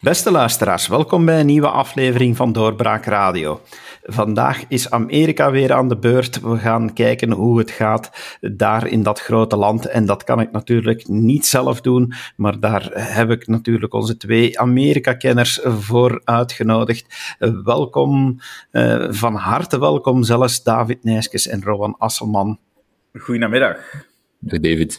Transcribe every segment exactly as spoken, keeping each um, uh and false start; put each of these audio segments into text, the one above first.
Beste luisteraars, welkom bij een nieuwe aflevering van Doorbraak Radio. Vandaag is Amerika weer aan de beurt. We gaan kijken hoe het gaat daar in dat grote land. En dat kan ik natuurlijk niet zelf doen, maar daar heb ik natuurlijk onze twee Amerika-kenners voor uitgenodigd. Welkom, uh, van harte welkom zelfs David Nijskes en Rowan Asselman. Goedemiddag. Dag David.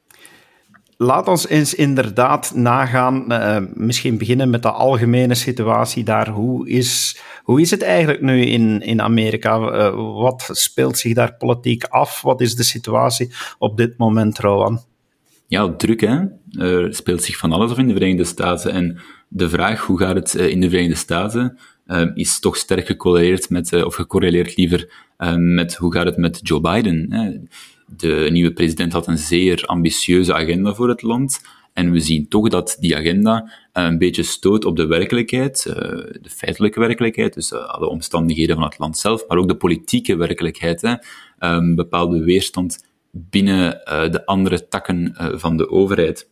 Laat ons eens inderdaad nagaan, uh, misschien beginnen met de algemene situatie daar. Hoe is, hoe is het eigenlijk nu in, in Amerika? Uh, wat speelt zich daar politiek af? Wat is de situatie op dit moment, Rowan? Ja, druk hè. Er speelt zich van alles af in de Verenigde Staten. En de vraag, hoe gaat het in de Verenigde Staten, uh, is toch sterk gecorreleerd met, uh, of gecorreleerd liever, uh, met hoe gaat het met Joe Biden, hè? De nieuwe president had een zeer ambitieuze agenda voor het land. En we zien toch dat die agenda een beetje stoot op de werkelijkheid, de feitelijke werkelijkheid, dus alle omstandigheden van het land zelf, maar ook de politieke werkelijkheid, een bepaalde weerstand binnen de andere takken van de overheid.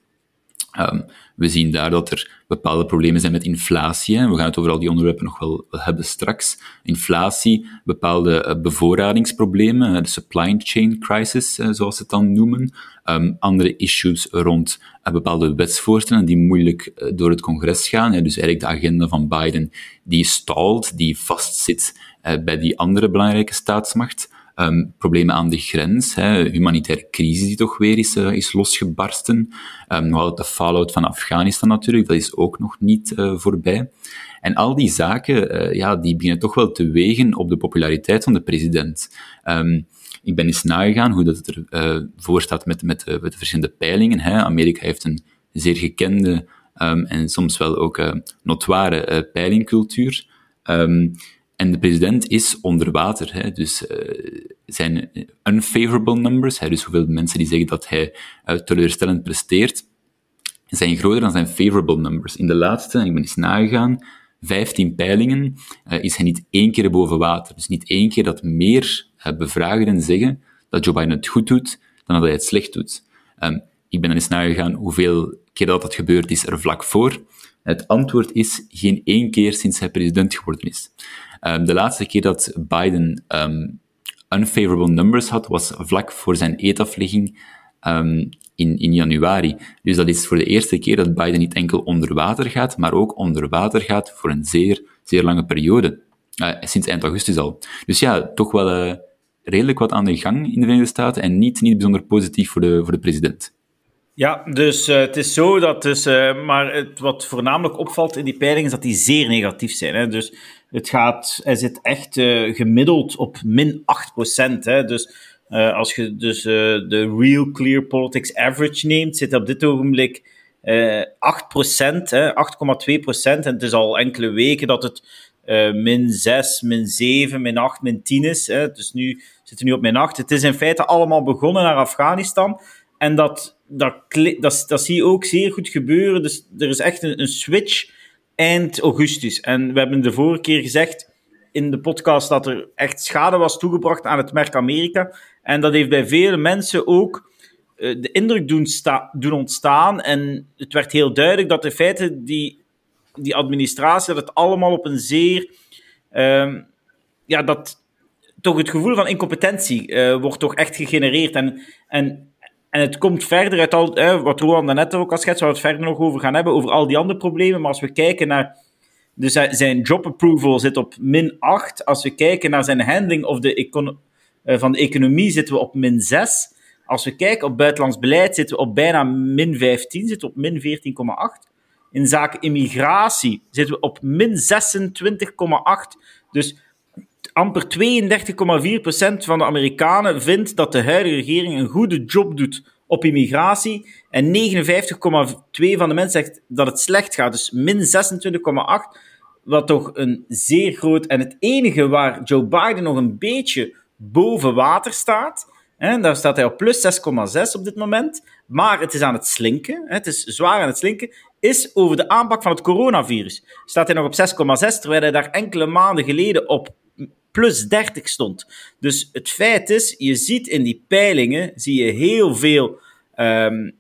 Um, we zien daar dat er bepaalde problemen zijn met inflatie. Hè. We gaan het over al die onderwerpen nog wel hebben straks. Inflatie, bepaalde uh, bevoorradingsproblemen, uh, de supply chain crisis, uh, zoals ze het dan noemen. Um, andere issues rond uh, bepaalde wetsvoorstellen die moeilijk uh, door het congres gaan. Hè. Dus eigenlijk de agenda van Biden die stalt, die vastzit uh, bij die andere belangrijke staatsmacht. Um, problemen aan de grens, hè, humanitaire crisis die toch weer is, uh, is losgebarsten. Um, nog altijd de fallout van Afghanistan natuurlijk, dat is ook nog niet uh, voorbij. En al die zaken, uh, ja, die beginnen toch wel te wegen op de populariteit van de president. Um, ik ben eens nagegaan hoe dat het er uh, voor staat met, met, uh, met de verschillende peilingen. Hè. Amerika heeft een zeer gekende um, en soms wel ook uh, notoire uh, peilingcultuur. Um, En de president is onder water, hè, dus uh, zijn unfavorable numbers, hè, dus hoeveel mensen die zeggen dat hij uh, teleurstellend presteert, zijn groter dan zijn favorable numbers. In de laatste, ik ben eens nagegaan, vijftien peilingen, uh, is hij niet één keer boven water. Dus niet één keer dat meer uh, bevraagden zeggen dat Joe Biden het goed doet, dan dat hij het slecht doet. Um, ik ben dan eens nagegaan hoeveel keer dat dat gebeurd is er vlak voor. Het antwoord is geen één keer sinds hij president geworden is. Um, de laatste keer dat Biden um, unfavorable numbers had, was vlak voor zijn eedaflegging um, in, in januari. Dus dat is voor de eerste keer dat Biden niet enkel onder water gaat, maar ook onder water gaat voor een zeer, zeer lange periode. Uh, sinds eind augustus al. Dus ja, toch wel uh, redelijk wat aan de gang in de Verenigde Staten en niet, niet bijzonder positief voor de, voor de president. Ja, dus uh, het is zo dat dus, uh, maar het, wat voornamelijk opvalt in die peilingen is dat die zeer negatief zijn. Hè? Dus het gaat, hij zit echt uh, gemiddeld op min acht procent. Hè? Dus uh, als je dus uh, de Real Clear Politics Average neemt, zit hij op dit ogenblik uh, acht procent, hè? acht komma twee procent. En het is al enkele weken dat het uh, min zes, min zeven, min acht, min tien is. Hè? Dus nu zitten we nu op min acht. Het is in feite allemaal begonnen naar Afghanistan. En dat, dat, dat, dat zie je ook zeer goed gebeuren. Dus er is echt een, een switch eind augustus. En we hebben de vorige keer gezegd in de podcast dat er echt schade was toegebracht aan het merk Amerika. En dat heeft bij vele mensen ook uh, de indruk doen, sta- doen ontstaan. En het werd heel duidelijk dat in feite die, die administratie, dat het allemaal op een zeer... Uh, ja, dat toch het gevoel van incompetentie uh, wordt toch echt gegenereerd. En... en En het komt verder uit al, eh, wat Rowan daarnet ook al schetst, waar we het verder nog over gaan hebben, over al die andere problemen. Maar als we kijken naar... Dus zijn job approval zit op min acht. Als we kijken naar zijn handling of de econo- uh, van de economie, zitten we op min zes. Als we kijken op buitenlands beleid, zitten we op bijna min vijftien, zitten we op min veertien komma acht. In zaken immigratie zitten we op min zesentwintig komma acht. Dus amper tweeëndertig komma vier procent van de Amerikanen vindt dat de huidige regering een goede job doet op immigratie. En negenenvijftig komma twee van de mensen zegt dat het slecht gaat. Dus min zesentwintig komma acht, wat toch een zeer groot... En het enige waar Joe Biden nog een beetje boven water staat, hè, daar staat hij op plus zes komma zes op dit moment, maar het is aan het slinken, hè, het is zwaar aan het slinken, is over de aanpak van het coronavirus. Staat hij nog op zes komma zes, terwijl hij daar enkele maanden geleden op plus dertig stond. Dus het feit is, je ziet in die peilingen, zie je heel veel, um,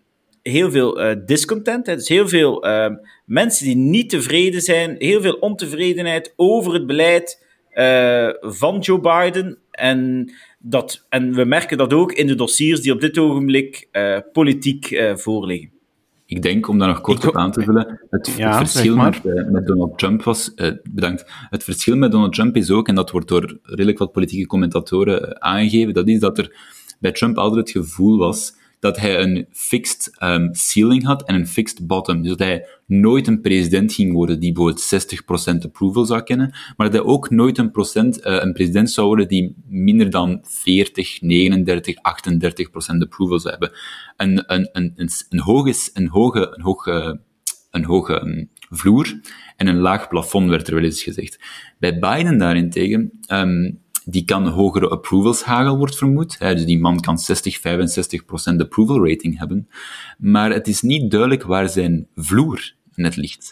heel veel uh, discontent. Hè. Dus heel veel uh, mensen die niet tevreden zijn. Heel veel ontevredenheid over het beleid uh, van Joe Biden. En, dat, en we merken dat ook in de dossiers die op dit ogenblik uh, politiek uh, voorliggen. Ik denk, om daar nog kort Ik, op aan te vullen, het, ja, het verschil met, uh, met Donald Trump was... Uh, bedankt. Het verschil met Donald Trump is ook, en dat wordt door redelijk wat politieke commentatoren uh, aangegeven, dat is dat er bij Trump altijd het gevoel was dat hij een fixed um, ceiling had en een fixed bottom. Dus dat hij nooit een president ging worden die bijvoorbeeld zestig procent approval zou kennen, maar dat hij ook nooit een, procent, uh, een president zou worden die minder dan veertig, negenendertig, achtendertig procent approval zou hebben. Een, een, een, een, een hoge, een hoge, een hoge, een hoge um, vloer en een laag plafond, werd er wel eens gezegd. Bij Biden daarentegen... Um, die kan hogere approvalshagel, wordt vermoed. Dus die man kan zestig, vijfenzestig procent approval rating hebben. Maar het is niet duidelijk waar zijn vloer net ligt.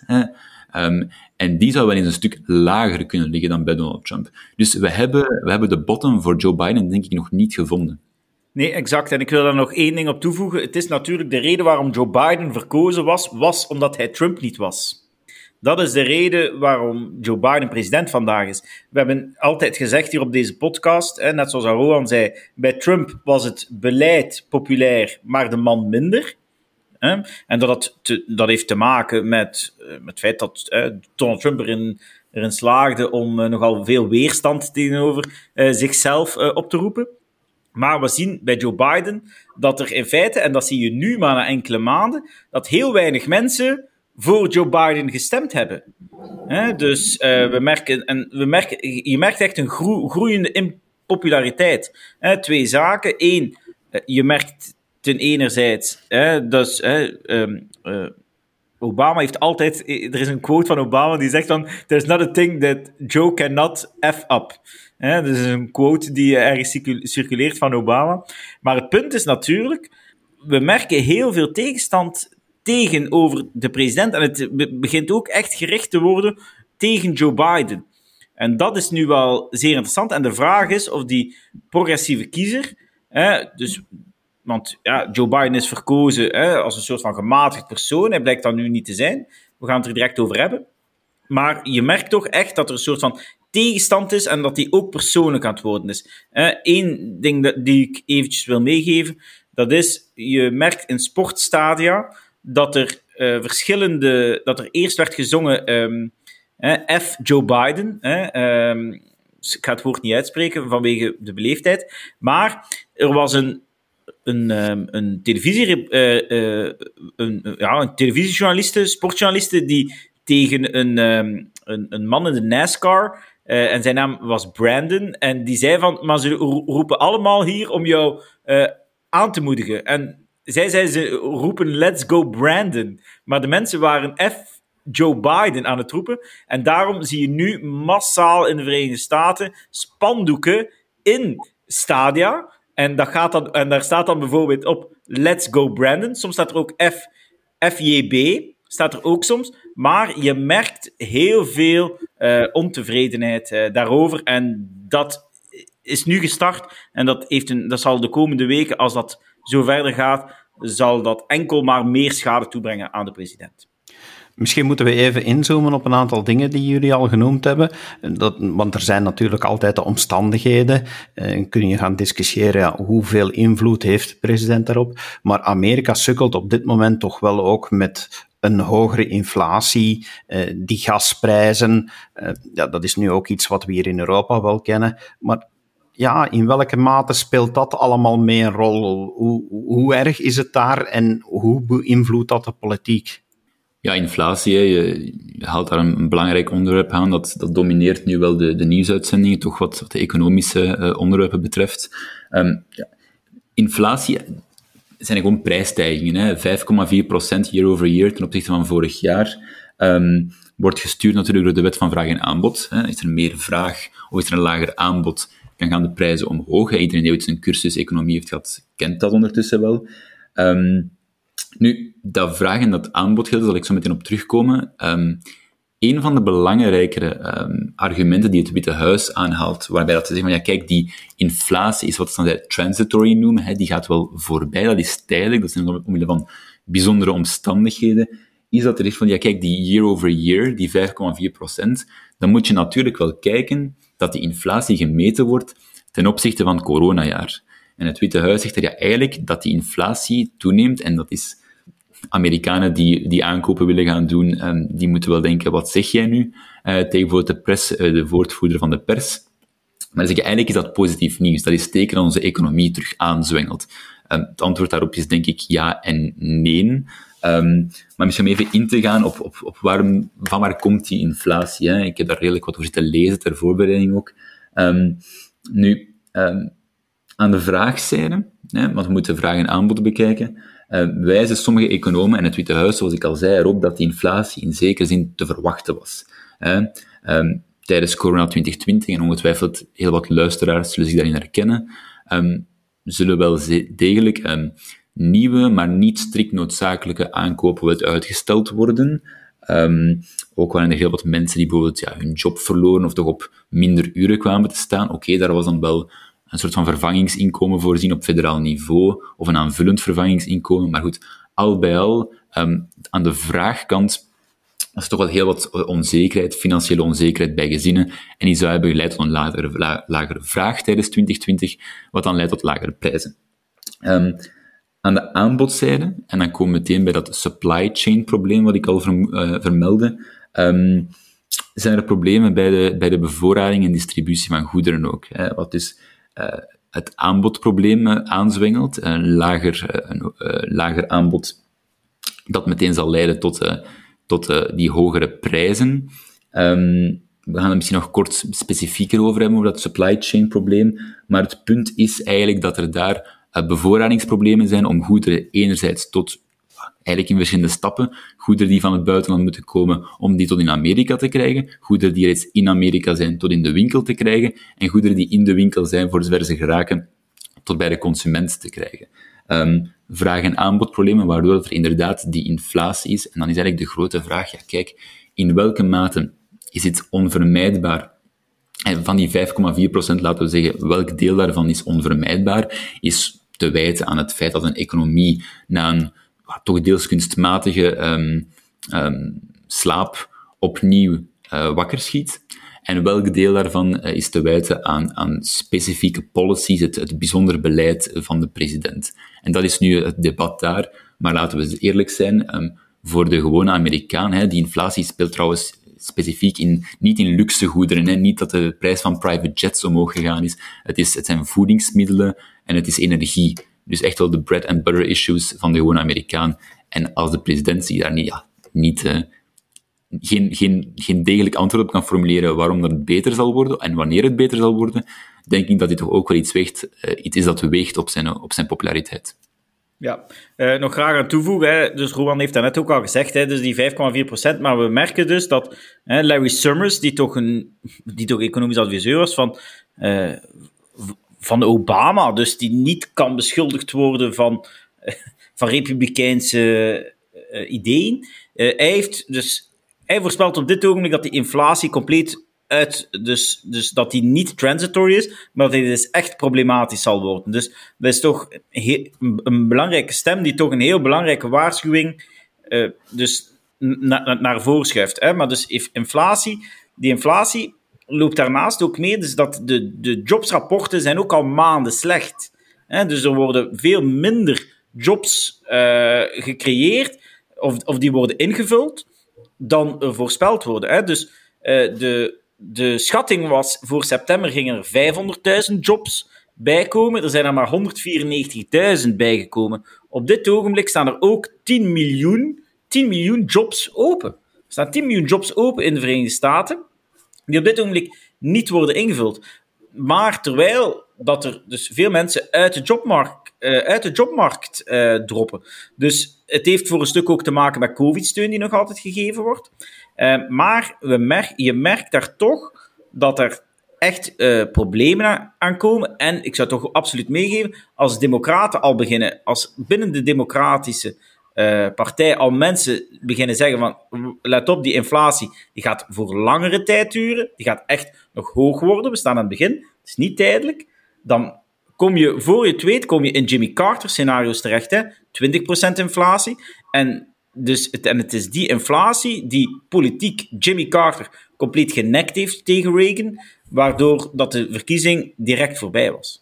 Um, en die zou wel eens een stuk lager kunnen liggen dan bij Donald Trump. Dus we hebben, we hebben de bottom voor Joe Biden, denk ik, nog niet gevonden. Nee, exact. En ik wil daar nog één ding op toevoegen. Het is natuurlijk de reden waarom Joe Biden verkozen was, was omdat hij Trump niet was. Dat is de reden waarom Joe Biden president vandaag is. We hebben altijd gezegd hier op deze podcast, hè, net zoals Rowan zei, bij Trump was het beleid populair, maar de man minder. Hè. En dat, had te, dat heeft te maken met, uh, met het feit dat uh, Donald Trump erin, erin slaagde om uh, nogal veel weerstand tegenover uh, zichzelf uh, op te roepen. Maar we zien bij Joe Biden dat er in feite, en dat zie je nu maar na enkele maanden, dat heel weinig mensen voor Joe Biden gestemd hebben. He, dus uh, we merken, en we merken, je merkt echt een gro- groeiende impopulariteit. He, twee zaken. Eén, uh, je merkt ten enerzijds, hè, dus, hè, um, uh, Obama heeft altijd, er is een quote van Obama die zegt van, there's not a thing that Joe cannot F up. He, dat is een quote die ergens circuleert van Obama. Maar het punt is natuurlijk, we merken heel veel tegenstand tegenover de president. En het begint ook echt gericht te worden tegen Joe Biden. En dat is nu wel zeer interessant. En de vraag is of die progressieve kiezer, hè, dus, want ja, Joe Biden is verkozen hè, als een soort van gematigd persoon. Hij blijkt dat nu niet te zijn. We gaan het er direct over hebben. Maar je merkt toch echt dat er een soort van tegenstand is en dat die ook persoonlijk aan het worden is. Eén ding dat, die ik eventjes wil meegeven, dat is, je merkt in sportstadia dat er uh, verschillende, dat er eerst werd gezongen um, eh, F Joe Biden. Eh, um, ik ga het woord niet uitspreken vanwege de beleefdheid. Maar er was een, een, um, een, televisie, uh, uh, een, ja, een televisiejournaliste, sportjournaliste, die tegen een, um, een, een man in de NASCAR, uh, en zijn naam was Brandon, en die zei van, maar ze roepen allemaal hier om jou uh, aan te moedigen. En zij zei, ze roepen let's go Brandon. Maar de mensen waren F Joe Biden aan het roepen. En daarom zie je nu massaal in de Verenigde Staten spandoeken in stadia. En, dat gaat dan, en daar staat dan bijvoorbeeld op let's go Brandon. Soms staat er ook F, F J B, staat er ook soms. Maar je merkt heel veel uh, ontevredenheid uh, daarover. En dat is nu gestart. En dat, heeft een, dat zal de komende weken, als dat zo verder gaat, zal dat enkel maar meer schade toebrengen aan de president. Misschien moeten we even inzoomen op een aantal dingen die jullie al genoemd hebben. Dat, want er zijn natuurlijk altijd de omstandigheden. Eh, kun je gaan discussiëren ja, hoeveel invloed heeft de president daarop. Maar Amerika sukkelt op dit moment toch wel ook met een hogere inflatie, eh, die gasprijzen. Eh, ja, dat is nu ook iets wat we hier in Europa wel kennen. Maar ja, in welke mate speelt dat allemaal mee een rol? Hoe, hoe erg is het daar en hoe beïnvloedt dat de politiek? Ja, inflatie, je, je haalt daar een, een belangrijk onderwerp aan. Dat, dat domineert nu wel de, de nieuwsuitzendingen, toch wat, wat de economische uh, onderwerpen betreft. Um, ja, inflatie zijn gewoon prijsstijgingen. vijf komma vier procent year over year ten opzichte van vorig jaar. Um, wordt gestuurd natuurlijk door de wet van vraag en aanbod. Hè. Is er meer vraag of is er een lager aanbod, dan gaan de prijzen omhoog. Iedereen die ooit een cursus economie heeft gehad, kent dat ondertussen wel. Um, nu, dat vraag en dat aanbod, daar zal ik zo meteen op terugkomen. Um, een van de belangrijkere um, argumenten die het Witte Huis aanhaalt, waarbij dat ze zeggen van, ja, kijk, die inflatie is wat ze dan transitory noemen, hè, die gaat wel voorbij, dat is tijdelijk, dat is omwille van bijzondere omstandigheden, is dat er is van, ja kijk, die year over year, die vijf komma vier procent, dan moet je natuurlijk wel kijken dat die inflatie gemeten wordt ten opzichte van het coronajaar. En het Witte Huis zegt er ja eigenlijk dat die inflatie toeneemt, en dat is Amerikanen die, die aankopen willen gaan doen, um, die moeten wel denken, wat zeg jij nu? Uh, tegen bijvoorbeeld de pers, uh, de woordvoerder van de pers. Maar zeg je, eigenlijk is dat positief nieuws. Dat is teken dat onze economie terug aanzwengelt. Um, het antwoord daarop is denk ik ja en nee. Um, maar misschien om even in te gaan op, op, op waarom, van waar komt die inflatie? Hè? Ik heb daar redelijk wat over zitten lezen, ter voorbereiding ook. Um, nu, um, aan de vraagzijde, hè, want we moeten vraag en aanbod bekijken, uh, wijzen sommige economen en het Witte Huis, zoals ik al zei, erop dat die inflatie in zekere zin te verwachten was. Hè? Um, tijdens corona twintig twintig, en ongetwijfeld heel wat luisteraars zullen zich daarin herkennen, um, zullen wel degelijk um, nieuwe, maar niet strikt noodzakelijke aankopen wat uitgesteld worden. Um, ook waren er heel wat mensen die bijvoorbeeld ja, hun job verloren of toch op minder uren kwamen te staan. Oké, okay, daar was dan wel een soort van vervangingsinkomen voorzien op federaal niveau, of een aanvullend vervangingsinkomen. Maar goed, al bij al, um, aan de vraagkant was er toch wel heel wat onzekerheid, financiële onzekerheid bij gezinnen, en die zou hebben geleid tot een lagere, la, lagere vraag tijdens twintig twintig, wat dan leidt tot lagere prijzen. Um, aan de aanbodzijde, en dan komen we meteen bij dat supply chain probleem wat ik al verm, uh, vermeldde, um, zijn er problemen bij de, bij de bevoorrading en distributie van goederen ook. Hè, wat dus uh, het aanbodprobleem uh, aanzwengelt, een lager, uh, een, uh, lager aanbod dat meteen zal leiden tot, uh, tot uh, die hogere prijzen. Um, we gaan er misschien nog kort specifieker over hebben, over dat supply chain probleem, maar het punt is eigenlijk dat er daar uh, bevoorradingsproblemen zijn om goederen enerzijds tot, eigenlijk in verschillende stappen, goederen die van het buitenland moeten komen, om die tot in Amerika te krijgen, goederen die reeds in Amerika zijn, tot in de winkel te krijgen, en goederen die in de winkel zijn, voor zover ze geraken, tot bij de consument te krijgen. Um, vraag- en aanbodproblemen, waardoor dat er inderdaad die inflatie is. En dan is eigenlijk de grote vraag, ja kijk, in welke mate is het onvermijdbaar? En van die vijf komma vier procent, laten we zeggen, welk deel daarvan is onvermijdbaar, is te wijten aan het feit dat een economie na een uh, toch deels kunstmatige um, um, slaap opnieuw uh, wakker schiet. En welk deel daarvan uh, is te wijten aan, aan specifieke policies, het, het bijzonder beleid van de president. En dat is nu het debat daar, maar laten we eerlijk zijn, um, voor de gewone Amerikaan, hè, die inflatie speelt trouwens specifiek in, niet in luxe goederen, hè, niet dat de prijs van private jets omhoog gegaan is, het, is, het zijn voedingsmiddelen en het is energie. Dus echt wel de bread and butter issues van de gewone Amerikaan. En als de president zich daar niet, ja, niet uh, Geen, geen, geen degelijk antwoord op kan formuleren waarom dat het beter zal worden en wanneer het beter zal worden, denk ik dat dit toch ook wel iets weegt, uh, iets is dat weegt op zijn, op zijn populariteit. Ja, uh, nog graag aan toevoegen, hè. Dus Rowan heeft dat net ook al gezegd, hè, dus die vijf komma vier procent, maar we merken dus dat hè, Larry Summers, die toch, een, die toch economisch adviseur was van, uh, van Obama, dus die niet kan beschuldigd worden van, uh, van republikeinse uh, ideeën, uh, hij heeft dus Hij voorspelt op dit ogenblik dat die inflatie compleet uit, dus, dus dat die niet transitory is, maar dat die dus echt problematisch zal worden. Dus dat is toch een, een belangrijke stem die toch een heel belangrijke waarschuwing uh, dus na, na, naar voren schuift. Hè? Maar dus inflatie, die inflatie loopt daarnaast ook mee, dus dat de, de jobsrapporten zijn ook al maanden slecht. Hè? Dus er worden veel minder jobs uh, gecreëerd, of, of die worden ingevuld, dan er voorspeld worden. Hè? Dus uh, de, de schatting was, voor september gingen er vijfhonderdduizend jobs bijkomen. Er zijn er maar honderdvierennegentigduizend bijgekomen. Op dit ogenblik staan er ook tien miljoen jobs open. Er staan tien miljoen jobs open in de Verenigde Staten, die op dit ogenblik niet worden ingevuld. Maar terwijl dat er dus veel mensen uit de jobmarkt, uh, uit de jobmarkt uh, droppen. Dus het heeft voor een stuk ook te maken met covid-steun die nog altijd gegeven wordt. Uh, maar we merk, je merkt daar toch dat er echt uh, problemen aan komen. En ik zou toch absoluut meegeven, als democraten al beginnen, als binnen de democratische uh, partij al mensen beginnen zeggen van, let op, die inflatie die gaat voor langere tijd duren, die gaat echt nog hoog worden, we staan aan het begin, het is niet tijdelijk, dan kom je, voor je het weet, kom je in Jimmy Carter scenario's terecht, hè? twintig procent inflatie. En, dus het, en het is die inflatie die politiek Jimmy Carter compleet genekt heeft tegen Reagan, waardoor dat de verkiezing direct voorbij was.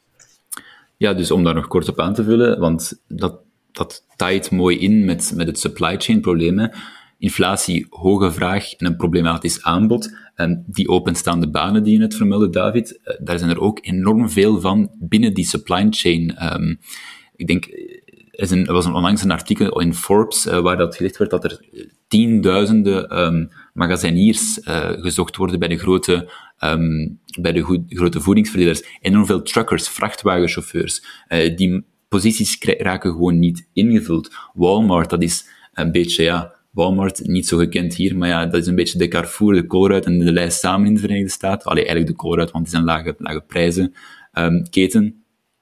Ja, dus om daar nog kort op aan te vullen, want dat, dat taait mooi in met, met het supply chain probleem. Hè. Inflatie, hoge vraag en een problematisch aanbod. En die openstaande banen die je net vermeldde, David, daar zijn er ook enorm veel van binnen die supply chain. Um, ik denk, er, is een, er was een, onlangs een artikel in Forbes uh, waar dat gezegd werd dat er tienduizenden um, magaziniers uh, gezocht worden bij de grote, um, bij de go- grote voedingsverdelers. Enorm veel truckers, vrachtwagenchauffeurs. Uh, die posities kri- raken gewoon niet ingevuld. Walmart, dat is een beetje, ja, Walmart, niet zo gekend hier, maar ja, dat is een beetje de Carrefour, de Colruyt en de lijst samen in de Verenigde Staten. Allee, eigenlijk de Colruyt, want het is een lage, lage prijzen um, keten.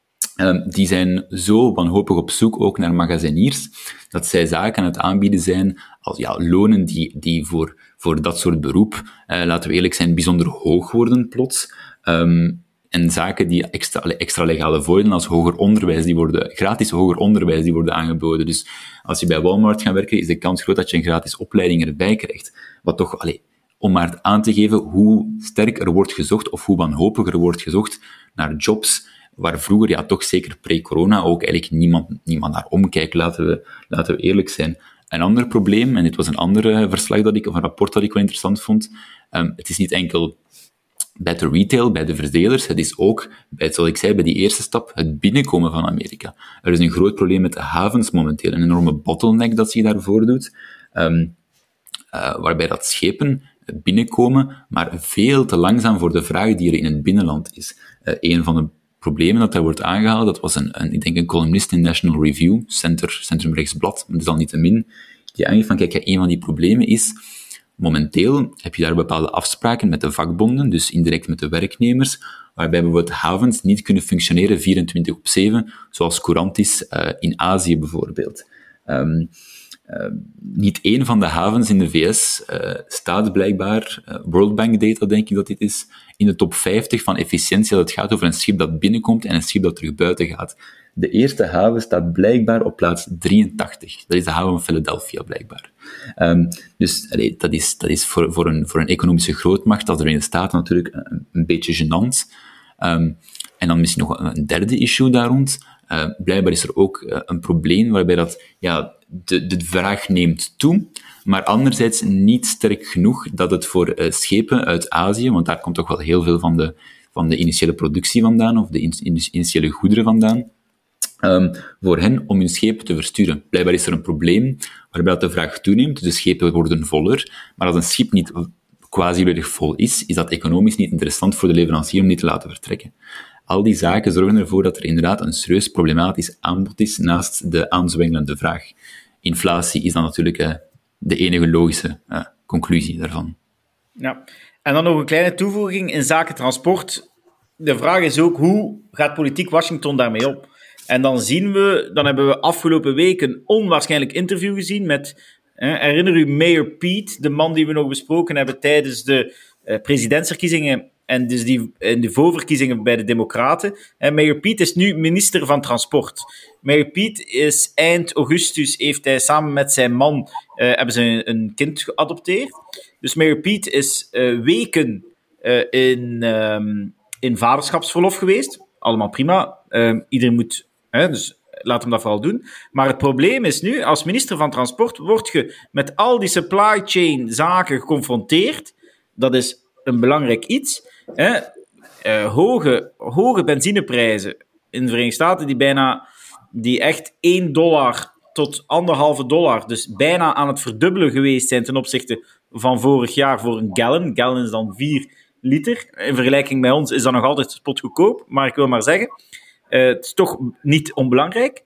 Um, die zijn zo wanhopig op zoek ook naar magaziniers, dat zij zaken aan het aanbieden zijn als ja, lonen die, die voor, voor dat soort beroep, uh, laten we eerlijk zijn, bijzonder hoog worden plots. Um, en zaken die extra, extra legale voordelen als hoger onderwijs, die worden, gratis hoger onderwijs, die worden aangeboden. Dus als je bij Walmart gaat werken, is de kans groot dat je een gratis opleiding erbij krijgt. Wat toch, allee, om maar aan te geven hoe sterk er wordt gezocht, of hoe wanhopig er wordt gezocht naar jobs, waar vroeger, ja, toch zeker pre-corona ook eigenlijk niemand, niemand naar omkijkt, laten we, laten we eerlijk zijn. Een ander probleem, en dit was een ander verslag dat ik, of een rapport dat ik wel interessant vond, um, het is niet enkel bij de retail, bij de verdelers, het is ook, bij, zoals ik zei, bij die eerste stap, het binnenkomen van Amerika. Er is een groot probleem met de havens momenteel, een enorme bottleneck dat zich daar voordoet, um, uh, waarbij dat schepen binnenkomen, maar veel te langzaam voor de vraag die er in het binnenland is. Uh, een van de problemen dat daar wordt aangehaald, dat was een, een ik denk een columnist in National Review, center, centrumrechtsblad, maar desalniettemin, die aangeeft van, kijk, een van die problemen is, momenteel heb je daar bepaalde afspraken met de vakbonden, dus indirect met de werknemers, waarbij bijvoorbeeld havens niet kunnen functioneren vierentwintig op zeven, zoals courant is uh, in Azië bijvoorbeeld. Um, Uh, niet één van de havens in de V S uh, staat blijkbaar, uh, World Bank data denk ik dat dit is, in de top vijftig van efficiëntie dat het gaat over een schip dat binnenkomt en een schip dat terug buiten gaat. De eerste haven staat blijkbaar op plaats drieëntachtig. Dat is de haven van Philadelphia, blijkbaar. Um, dus allee, dat is, dat is voor, voor, een, voor een economische grootmacht als er in de Staten natuurlijk een, een beetje gênant. Um, en dan misschien nog een derde issue daar rond. Uh, blijkbaar is er ook uh, een probleem waarbij dat, ja, de, de vraag neemt toe, maar anderzijds niet sterk genoeg dat het voor uh, schepen uit Azië, want daar komt toch wel heel veel van de, van de initiële productie vandaan, of de in, in, initiële goederen vandaan, um, voor hen om hun schepen te versturen. Blijkbaar is er een probleem waarbij dat de vraag toeneemt, de schepen worden voller, maar als een schip niet quasi volledig vol is, is dat economisch niet interessant voor de leverancier om die te laten vertrekken. Al die zaken zorgen ervoor dat er inderdaad een serieus problematisch aanbod is naast de aanzwengelende vraag. Inflatie is dan natuurlijk uh, de enige logische uh, conclusie daarvan. Ja, en dan nog een kleine toevoeging in zaken transport. De vraag is ook, hoe gaat politiek Washington daarmee om? En dan zien we, dan hebben we afgelopen week een onwaarschijnlijk interview gezien met, eh, herinner u Mayor Pete, de man die we nog besproken hebben tijdens de uh, presidentsverkiezingen en dus die, in de voorverkiezingen bij de Democraten. En Mayor Pete is nu minister van Transport. Mayor Pete is eind augustus, heeft hij samen met zijn man, uh, hebben ze een, een kind geadopteerd. Dus Mayor Pete is uh, weken uh, in, um, in vaderschapsverlof geweest. Allemaal prima. Uh, iedereen moet, hè, dus laat hem dat vooral doen. Maar het probleem is nu, als minister van Transport word je met al die supply chain zaken geconfronteerd. Dat is een belangrijk iets. Hè? Uh, hoge, hoge benzineprijzen in de Verenigde Staten, die bijna, die echt één dollar tot anderhalve dollar, dus bijna aan het verdubbelen geweest zijn ten opzichte van vorig jaar voor een gallon. Gallon is dan vier liter. In vergelijking met ons is dat nog altijd spotgoedkoop, maar ik wil maar zeggen, uh, het is toch niet onbelangrijk.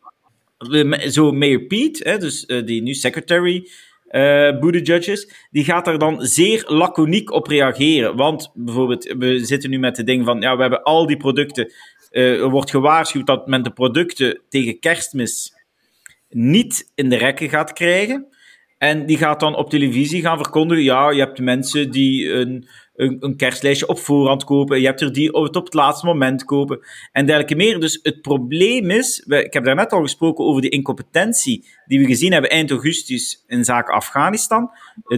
Zo Mayor Pete, hè, dus uh, die nu secretary Uh, Buttigieg, die gaat daar dan zeer laconiek op reageren. Want bijvoorbeeld, we zitten nu met de ding van, ja, we hebben al die producten, uh, er wordt gewaarschuwd dat men de producten tegen Kerstmis niet in de rekken gaat krijgen. En die gaat dan op televisie gaan verkondigen, ja, je hebt mensen die een, een, een kerstlijstje op voorhand kopen, je hebt er die het op het laatste moment kopen, en dergelijke meer. Dus het probleem is, ik heb daarnet al gesproken over de incompetentie die we gezien hebben eind augustus in zaken Afghanistan.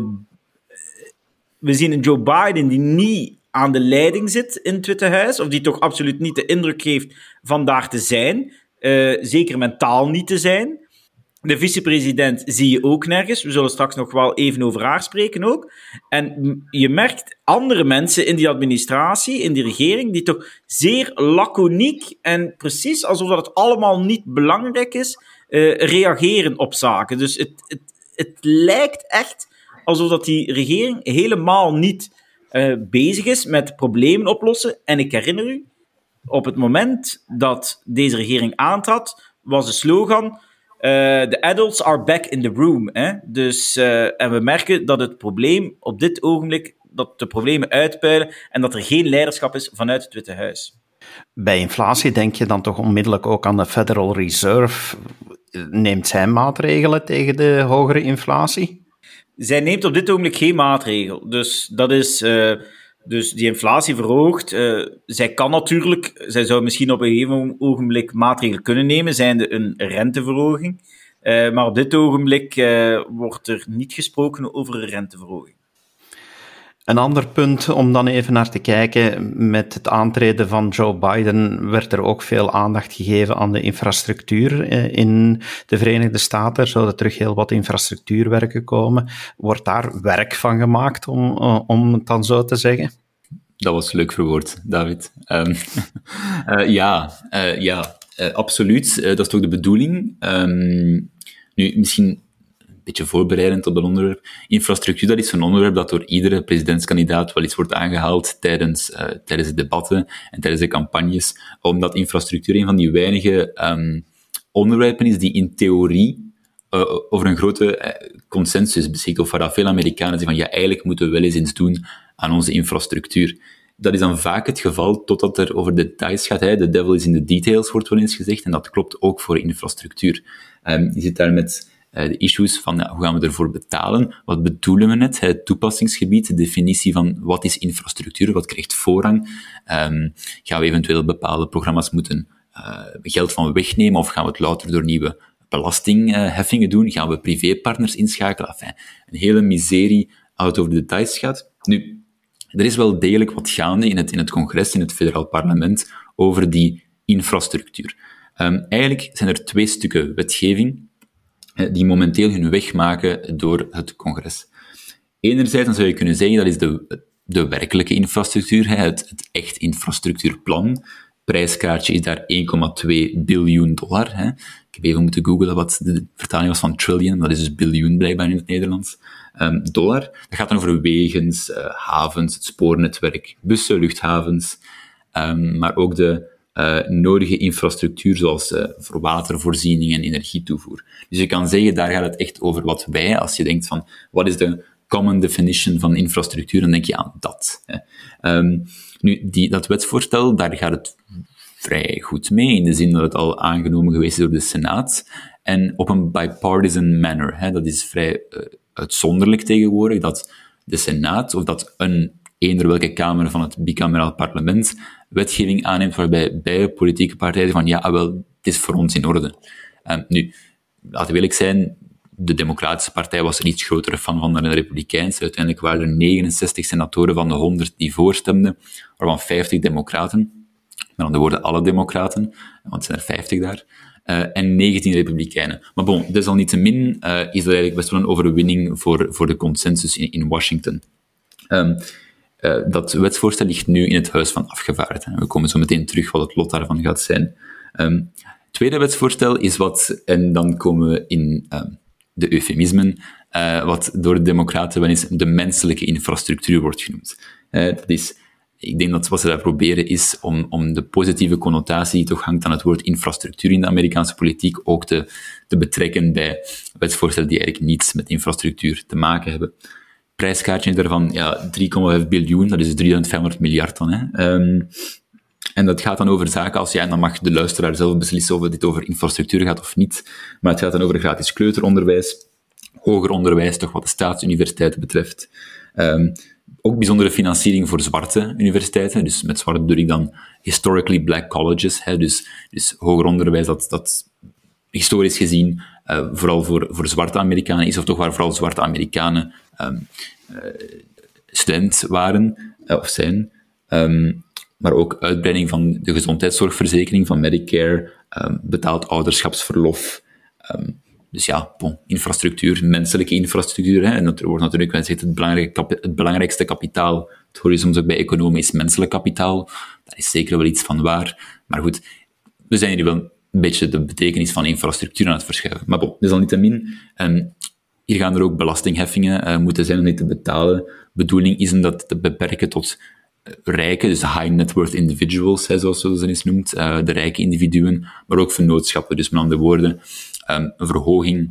We zien een Joe Biden die niet aan de leiding zit in het Witte Huis, of die toch absoluut niet de indruk geeft van daar te zijn, uh, zeker mentaal niet te zijn. De vicepresident zie je ook nergens. We zullen straks nog wel even over haar spreken ook. En je merkt andere mensen in die administratie, in die regering, die toch zeer laconiek en precies alsof dat het allemaal niet belangrijk is, uh, reageren op zaken. Dus het, het, het lijkt echt alsof dat die regering helemaal niet uh, bezig is met problemen oplossen. En ik herinner u, op het moment dat deze regering aantrad, was de slogan The uh, adults are back in the room. Hè? Dus, uh, en we merken dat het probleem op dit ogenblik, dat de problemen uitpuilen en dat er geen leiderschap is vanuit het Witte Huis. Bij inflatie denk je dan toch onmiddellijk ook aan de Federal Reserve. Neemt zij maatregelen tegen de hogere inflatie? Zij neemt op dit ogenblik geen maatregel. Dus dat is... Uh, Dus die inflatie verhoogt. Uh, zij kan natuurlijk, zij zou misschien op een gegeven ogenblik maatregelen kunnen nemen, zijnde een renteverhoging. Uh, maar op dit ogenblik uh, wordt er niet gesproken over een renteverhoging. Een ander punt om dan even naar te kijken, met het aantreden van Joe Biden werd er ook veel aandacht gegeven aan de infrastructuur in de Verenigde Staten. Er zouden terug heel wat infrastructuurwerken komen. Wordt daar werk van gemaakt, om, om het dan zo te zeggen? Dat was leuk verwoord, David. Um, uh, ja, uh, ja uh, absoluut. Uh, dat is toch de bedoeling. Um, nu, misschien een beetje voorbereidend op dat onderwerp. Infrastructuur, dat is een onderwerp dat door iedere presidentskandidaat wel eens wordt aangehaald tijdens, uh, tijdens de debatten en tijdens de campagnes, omdat infrastructuur een van die weinige um, onderwerpen is die in theorie uh, over een grote uh, consensus beschikt, of waar veel Amerikanen zeggen van ja, eigenlijk moeten we wel eens iets doen aan onze infrastructuur. Dat is dan vaak het geval, totdat er over details gaat. Hè. The devil is in the details, wordt wel eens gezegd, en dat klopt ook voor infrastructuur. Um, je zit daar met Uh, de issues van ja, hoe gaan we ervoor betalen, wat bedoelen we net, het toepassingsgebied, de definitie van wat is infrastructuur, wat krijgt voorrang, um, gaan we eventueel bepaalde programma's moeten uh, geld van wegnemen, of gaan we het louter door nieuwe belastingheffingen doen, gaan we privépartners inschakelen, enfin, een hele miserie als het over de details gaat. Nu, er is wel degelijk wat gaande in het, in het congres, in het federaal parlement, over die infrastructuur. Um, eigenlijk zijn er twee stukken wetgeving die momenteel hun weg maken door het congres. Enerzijds dan zou je kunnen zeggen, dat is de, de werkelijke infrastructuur, het, het echt infrastructuurplan. Prijskaartje is daar één komma twee biljoen dollar. Hè. Ik heb even moeten googlen wat de vertaling was van trillion, dat is dus biljoen blijkbaar in het Nederlands. Um, dollar. Dat gaat dan over wegens, uh, havens, het spoornetwerk, bussen, luchthavens, um, maar ook de Uh, nodige infrastructuur, zoals uh, voor watervoorziening en energietoevoer. Dus je kan zeggen, daar gaat het echt over wat wij, als je denkt van, wat is de common definition van infrastructuur, dan denk je aan dat. Hè. Um, nu, die, dat wetsvoorstel, daar gaat het vrij goed mee, in de zin dat het al aangenomen geweest is door de Senaat, en op een bipartisan manner. Hè. Dat is vrij uh, uitzonderlijk tegenwoordig, dat de Senaat, of dat een eender welke kamer van het bicameraal parlement wetgeving aanneemt waarbij beide politieke partijen van ja, wel, het is voor ons in orde. Um, nu, laten we eerlijk zijn, de Democratische Partij was er iets grotere fan van dan de Republikeinse. Uiteindelijk waren er negenenzestig senatoren van de honderd die voorstemden, waarvan vijftig democraten, met andere woorden alle democraten, want het zijn er vijftig daar, uh, en negentien republikeinen. Maar bon, desalniettemin uh, is dat eigenlijk best wel een overwinning voor, voor de consensus in, in Washington. Um, Uh, dat wetsvoorstel ligt nu in het Huis van Afgevaardigden. We komen zo meteen terug wat het lot daarvan gaat zijn. Um, het tweede wetsvoorstel is wat, en dan komen we in um, de eufemismen, uh, wat door de democraten wel eens de menselijke infrastructuur wordt genoemd. Uh, dat is, ik denk dat wat ze daar proberen is om, om de positieve connotatie die toch hangt aan het woord infrastructuur in de Amerikaanse politiek ook te, te betrekken bij wetsvoorstellen die eigenlijk niets met infrastructuur te maken hebben. Prijskaartje is daarvan ja, drie komma vijf biljoen, dat is drieduizend vijfhonderd miljard dan. Hè. Um, en dat gaat dan over zaken als, ja, dan mag de luisteraar zelf beslissen of dit over infrastructuur gaat of niet, maar het gaat dan over gratis kleuteronderwijs, hoger onderwijs, toch wat de staatsuniversiteiten betreft. Um, ook bijzondere financiering voor zwarte universiteiten. Dus met zwart bedoel ik dan historically black colleges. Hè, dus, dus hoger onderwijs dat, dat historisch gezien uh, vooral voor, voor zwarte Amerikanen is, of toch waar vooral zwarte Amerikanen um, uh, student waren, uh, of zijn. Um, maar ook uitbreiding van de gezondheidszorgverzekering, van Medicare, um, betaald ouderschapsverlof. Um, dus ja, bon, infrastructuur, menselijke infrastructuur. Hè, en dat wordt natuurlijk wel gezegd, het, belangrijke kap- het belangrijkste kapitaal, het hoor je soms ook bij economisch menselijk kapitaal. Daar is zeker wel iets van waar. Maar goed, we zijn hier wel een beetje de betekenis van infrastructuur aan het verschuiven. Maar bon, desalniettemin, um, hier gaan er ook belastingheffingen uh, moeten zijn om dit te betalen. De bedoeling is om dat te beperken tot rijke, dus high net worth individuals, hè, zoals ze eens noemt, uh, de rijke individuen, maar ook vennootschappen. Dus met andere woorden, um, een verhoging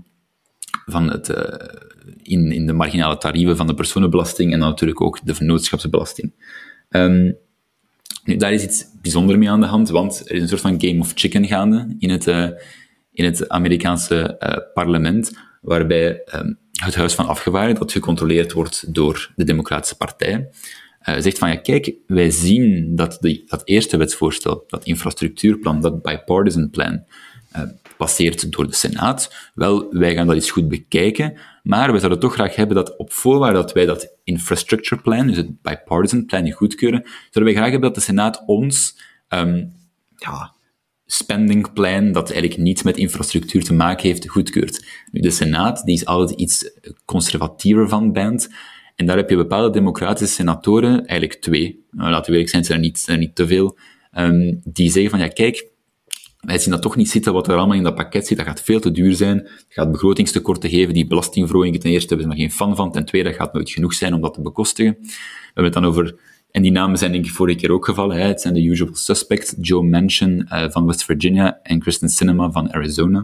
van het, uh, in, in de marginale tarieven van de personenbelasting en dan natuurlijk ook de vennootschapsbelasting. Um, nu, daar is iets bijzonders mee aan de hand, want er is een soort van game of chicken gaande in het, uh, in het Amerikaanse uh, parlement, waarbij um, het Huis van Afgevaardigden, dat gecontroleerd wordt door de Democratische Partij, Uh, zegt van, ja, kijk, wij zien dat de, dat eerste wetsvoorstel, dat infrastructuurplan, dat bipartisan plan, uh, passeert door de Senaat. Wel, wij gaan dat eens goed bekijken, maar we zouden toch graag hebben dat op voorwaarde dat wij dat infrastructure plan, dus het bipartisan plan, goedkeuren, zouden wij graag hebben dat de Senaat ons um, ja, spending plan, dat eigenlijk niets met infrastructuur te maken heeft, goedkeurt. Nu, de Senaat, die is altijd iets conservatiever van band. En daar heb je bepaalde democratische senatoren, eigenlijk twee, nou, laten we eerlijk zijn, het zijn er niet, zijn er niet te veel, um, die zeggen van, ja, kijk, wij zien dat toch niet zitten wat er allemaal in dat pakket zit, dat gaat veel te duur zijn, dat gaat begrotingstekorten geven, die belastingverhogingen, ten eerste hebben ze er geen fan van, ten tweede, dat gaat nooit genoeg zijn om dat te bekostigen. We hebben het dan over, en die namen zijn denk ik vorige keer ook gevallen, hè, het zijn de usual suspects, Joe Manchin uh, van West Virginia en Kristen Sinema van Arizona.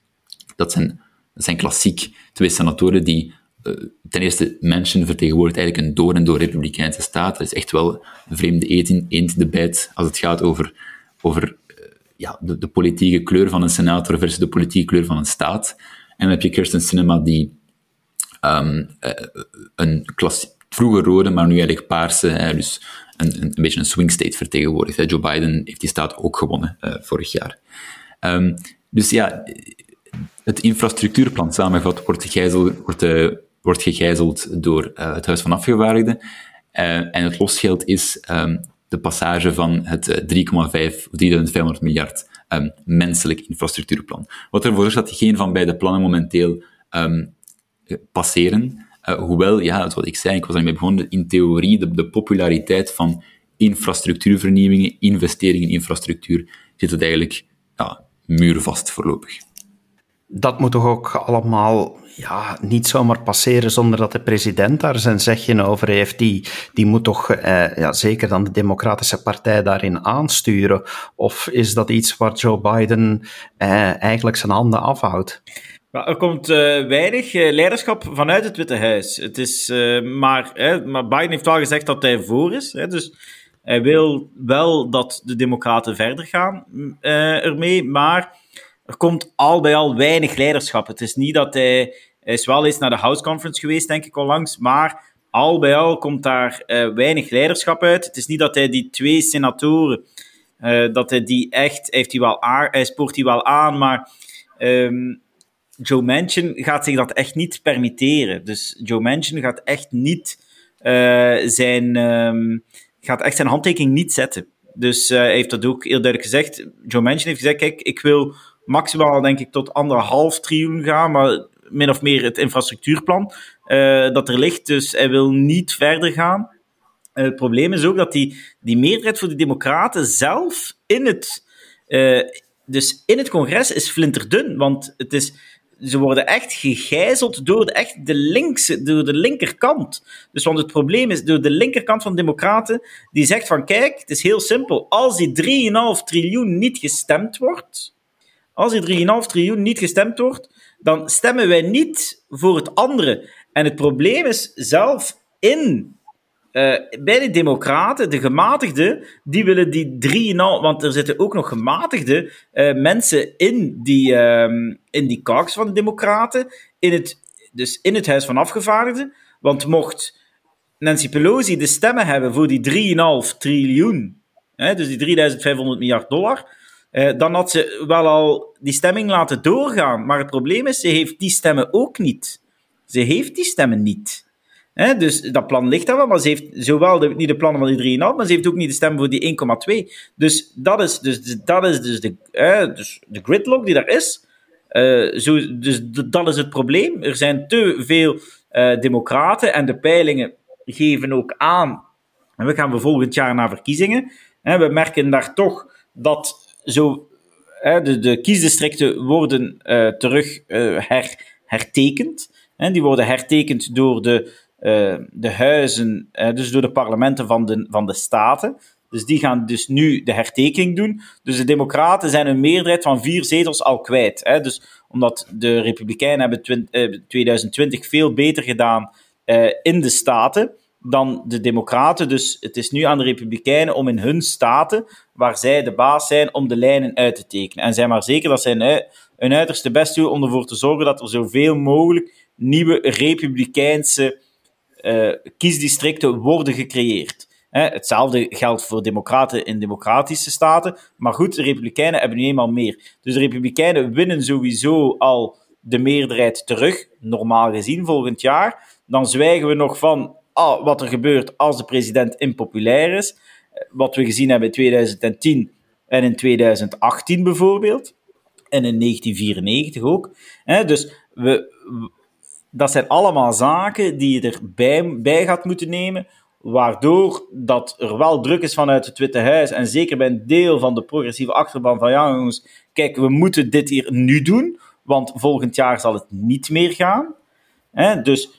Dat zijn, dat zijn klassiek twee senatoren die Uh, ten eerste, Manchin vertegenwoordigt eigenlijk een door en door republikeinse staat. Dat is echt wel een vreemde eend in de bijt als het gaat over, over uh, ja, de, de politieke kleur van een senator versus de politieke kleur van een staat. En dan heb je Kirsten Sinema, die um, uh, een klassie, vroeger rode, maar nu eigenlijk paarse, hè, dus een, een, een beetje een swing state vertegenwoordigt. Hè. Joe Biden heeft die staat ook gewonnen uh, vorig jaar. Um, dus ja, het infrastructuurplan samengevat wordt, gegijzel, wordt uh, wordt gegijzeld door uh, het Huis van Afgevaardigden. Uh, en het losgeld is um, de passage van het uh, drie komma vijf of drieduizend vijfhonderd miljard um, menselijk infrastructuurplan. Wat ervoor zorgt dat geen van beide plannen momenteel um, passeren. Uh, hoewel, ja, zoals ik zei, ik was ermee begonnen, in theorie de, de populariteit van infrastructuurvernieuwingen, investeringen in infrastructuur, zit het eigenlijk ja, muurvast voorlopig. Dat moet toch ook allemaal ja, niet zomaar passeren zonder dat de president daar zijn zegje over heeft. Die, die moet toch eh, ja, zeker dan de Democratische Partij daarin aansturen? Of is dat iets waar Joe Biden eh, eigenlijk zijn handen afhoudt? Maar er komt uh, weinig uh, leiderschap vanuit het Witte Huis. Het is, uh, maar, hè, maar Biden heeft wel gezegd dat hij voor is. Hè, dus hij wil wel dat de Democraten verder gaan uh, ermee, maar er komt al bij al weinig leiderschap. Het is niet dat hij... Hij is wel eens naar de House Conference geweest, denk ik onlangs, maar al bij al komt daar uh, weinig leiderschap uit. Het is niet dat hij die twee senatoren, uh, dat hij die echt... Hij, heeft die wel aan, hij spoort die wel aan, maar um, Joe Manchin gaat zich dat echt niet permitteren. Dus Joe Manchin gaat echt niet uh, zijn... Um, gaat echt zijn handtekening niet zetten. Dus uh, hij heeft dat ook heel duidelijk gezegd. Joe Manchin heeft gezegd, kijk, ik wil maximaal, denk ik, tot anderhalf triljoen gaan, maar min of meer het infrastructuurplan uh, dat er ligt. Dus hij wil niet verder gaan. Uh, het probleem is ook dat die, die meerderheid voor de Democraten zelf in het, uh, dus in het congres is flinterdun, want het is, ze worden echt gegijzeld door de, echt de, linkse, door de linkerkant. Dus want het probleem is door de linkerkant van de Democraten, die zegt van kijk, het is heel simpel, als die drie komma vijf triljoen niet gestemd wordt, als die drie komma vijf triljoen niet gestemd wordt, dan stemmen wij niet voor het andere. En het probleem is zelf in, uh, bij de Democraten, de gematigden, die willen die drie komma vijf, want er zitten ook nog gematigde uh, mensen in die, uh, in die caucus van de Democraten. In het, dus in het Huis van Afgevaardigden, want mocht Nancy Pelosi de stemmen hebben voor die drie komma vijf triljoen, hè, dus die drieduizend vijfhonderd miljard dollar, eh, dan had ze wel al die stemming laten doorgaan. Maar het probleem is, ze heeft die stemmen ook niet. Ze heeft die stemmen niet. Hè, dus dat plan ligt daar wel, maar ze heeft zowel de, niet de plannen van die drie komma vijf, maar ze heeft ook niet de stemmen voor die één komma twee. Dus dat is dus, dat is dus, de, eh, dus de gridlock die daar is. Uh, zo, dus d- dat is het probleem. Er zijn te veel uh, democraten en de peilingen geven ook aan. En we gaan we volgend jaar naar verkiezingen. Hè, we merken daar toch dat zo, hè, de, de kiesdistricten worden uh, terug uh, her, hertekend. Hè, die worden hertekend door de, uh, de huizen, uh, dus door de parlementen van de, van de staten. Dus die gaan dus nu de hertekening doen. Dus de democraten zijn een meerderheid van vier zetels al kwijt. Hè? Dus omdat de republikeinen hebben twintig, eh, twintig twintig veel beter gedaan eh, in de staten dan de democraten. Dus het is nu aan de republikeinen om in hun staten, waar zij de baas zijn, om de lijnen uit te tekenen. En zij maar zeker dat zij hun, hun uiterste best doen om ervoor te zorgen dat er zoveel mogelijk nieuwe republikeinse uh, kiesdistricten worden gecreëerd. He, hetzelfde geldt voor democraten in democratische staten. Maar goed, de republikeinen hebben nu eenmaal meer. Dus de republikeinen winnen sowieso al de meerderheid terug, normaal gezien, volgend jaar. Dan zwijgen we nog van ah, wat er gebeurt als de president impopulair is. Wat we gezien hebben in tweeduizend tien en in tweeduizend achttien bijvoorbeeld. En in negentien vierennegentig ook. He, dus we, dat zijn allemaal zaken die je erbij bij gaat moeten nemen, waardoor dat er wel druk is vanuit het Witte Huis, en zeker bij een deel van de progressieve achterban van ja jongens, kijk, we moeten dit hier nu doen, want volgend jaar zal het niet meer gaan. He, dus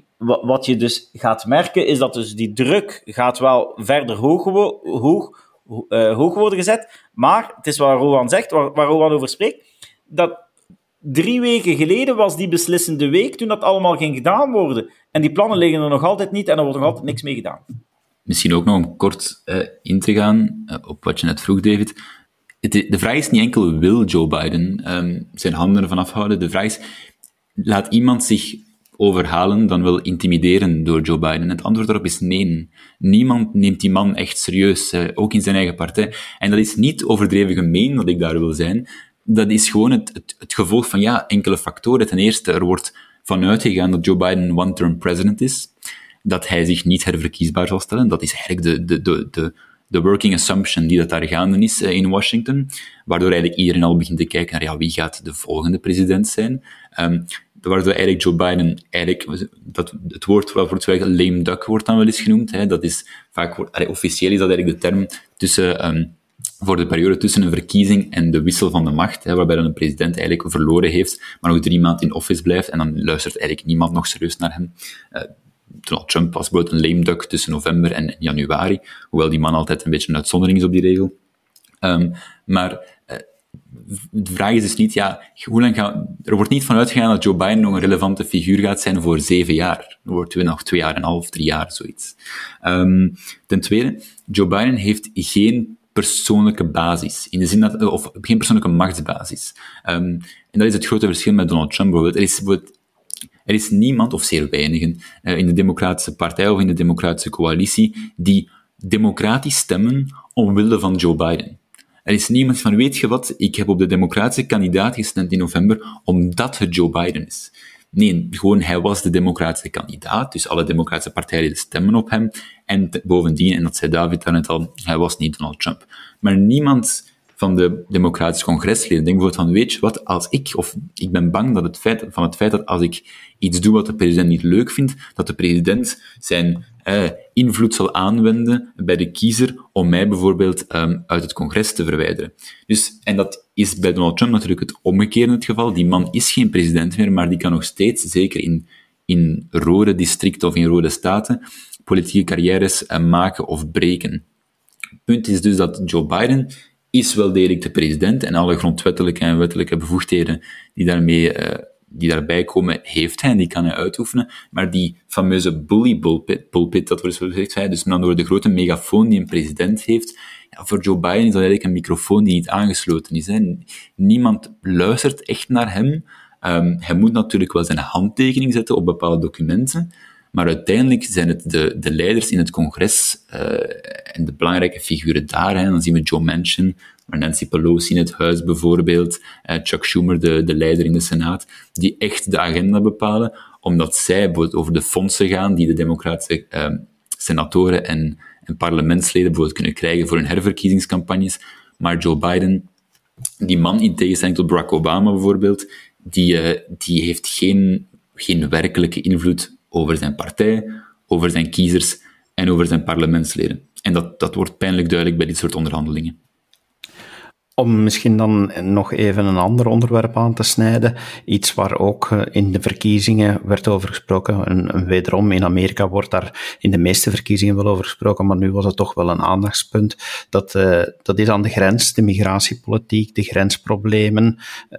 wat je dus gaat merken, is dat dus die druk gaat wel verder hoog, hoog, uh, hoog worden gezet, maar het is wat Rowan zegt, waar, waar Rowan over spreekt, dat drie weken geleden was die beslissende week toen dat allemaal ging gedaan worden. En die plannen liggen er nog altijd niet en er wordt nog altijd niks mee gedaan. Misschien ook nog om kort uh, in te gaan uh, op wat je net vroeg, David. Het, de vraag is niet enkel, wil Joe Biden um, zijn handen ervan afhouden? De vraag is, laat iemand zich overhalen dan wel intimideren door Joe Biden? En het antwoord daarop is nee. Niemand neemt die man echt serieus, uh, ook in zijn eigen partij. En dat is niet overdreven gemeen dat ik daar wil zijn. Dat is gewoon het, het, het gevolg van ja, enkele factoren. Ten eerste, er wordt vanuit gegaan dat Joe Biden een one-term president is, dat hij zich niet herverkiesbaar zal stellen. Dat is eigenlijk de, de, de, de, de working assumption die dat daar gaande is in Washington, waardoor eigenlijk iedereen al begint te kijken naar ja, wie gaat de volgende president zijn. Um, waardoor eigenlijk Joe Biden, eigenlijk, dat, het woord wat wordt zwijgen, lame duck wordt dan wel eens genoemd. Hè. Dat is vaak, allee, officieel is dat eigenlijk de term tussen Um, voor de periode tussen een verkiezing en de wissel van de macht, hè, waarbij dan een president eigenlijk verloren heeft, maar nog drie maanden in office blijft, en dan luistert eigenlijk niemand nog serieus naar hem. Uh, Donald Trump was bijvoorbeeld een lame duck tussen november en januari, hoewel die man altijd een beetje een uitzondering is op die regel. Um, maar uh, de vraag is dus niet, ja, hoe lang gaan, er wordt niet van uitgegaan dat Joe Biden nog een relevante figuur gaat zijn voor zeven jaar. Er wordt nog twee jaar en een half, drie jaar, zoiets. Um, ten tweede, Joe Biden heeft geen persoonlijke basis, in de zin dat, of geen persoonlijke machtsbasis. Um, en dat is het grote verschil met Donald Trump bijvoorbeeld. Er is, bijvoorbeeld, er is niemand, of zeer weinigen, uh, in de Democratische Partij of in de Democratische Coalitie, die democratisch stemmen omwille van Joe Biden. Er is niemand van, weet je wat, ik heb op de democratische kandidaat gestemd in november, omdat het Joe Biden is. Nee, gewoon, hij was de democratische kandidaat, dus alle democratische partijen stemmen op hem, en te, bovendien, en dat zei David daarnet al, hij was niet Donald Trump. Maar niemand van de democratische congresleden denkt bijvoorbeeld van, weet je wat, als ik, of ik ben bang dat het feit, van het feit dat als ik iets doe wat de president niet leuk vindt, dat de president zijn eh, invloed zal aanwenden bij de kiezer om mij bijvoorbeeld um, uit het congres te verwijderen. Dus, en dat is bij Donald Trump natuurlijk het omgekeerde het geval. Die man is geen president meer, maar die kan nog steeds, zeker in, in rode districten of in rode staten, politieke carrières uh, maken of breken. Het punt is dus dat Joe Biden is wel degelijk de president en alle grondwettelijke en wettelijke bevoegdheden die daarmee uh, die daarbij komen, heeft hij en die kan hij uitoefenen, maar die fameuze bully pulpit, pulpit dat wordt gezegd, dus met andere de grote megafoon die een president heeft, ja, voor Joe Biden is dat eigenlijk een microfoon die niet aangesloten is. Hè. Niemand luistert echt naar hem, Um, hij moet natuurlijk wel zijn handtekening zetten op bepaalde documenten, maar uiteindelijk zijn het de, de leiders in het congres uh, en de belangrijke figuren daar. Hè. Dan zien we Joe Manchin, maar Nancy Pelosi in het huis bijvoorbeeld, uh, Chuck Schumer, de, de leider in de Senaat, die echt de agenda bepalen, omdat zij bijvoorbeeld over de fondsen gaan die de democratische uh, senatoren en, en parlementsleden bijvoorbeeld kunnen krijgen voor hun herverkiezingscampagnes. Maar Joe Biden, die man in tegenstelling tot Barack Obama bijvoorbeeld, die, uh, die heeft geen, geen werkelijke invloed over zijn partij, over zijn kiezers en over zijn parlementsleden. En dat, dat wordt pijnlijk duidelijk bij dit soort onderhandelingen. Om misschien dan nog even een ander onderwerp aan te snijden, iets waar ook in de verkiezingen werd over gesproken, en, en wederom in Amerika wordt daar in de meeste verkiezingen wel over gesproken, maar nu was het toch wel een aandachtspunt, dat, uh, dat is aan de grens, de migratiepolitiek, de grensproblemen.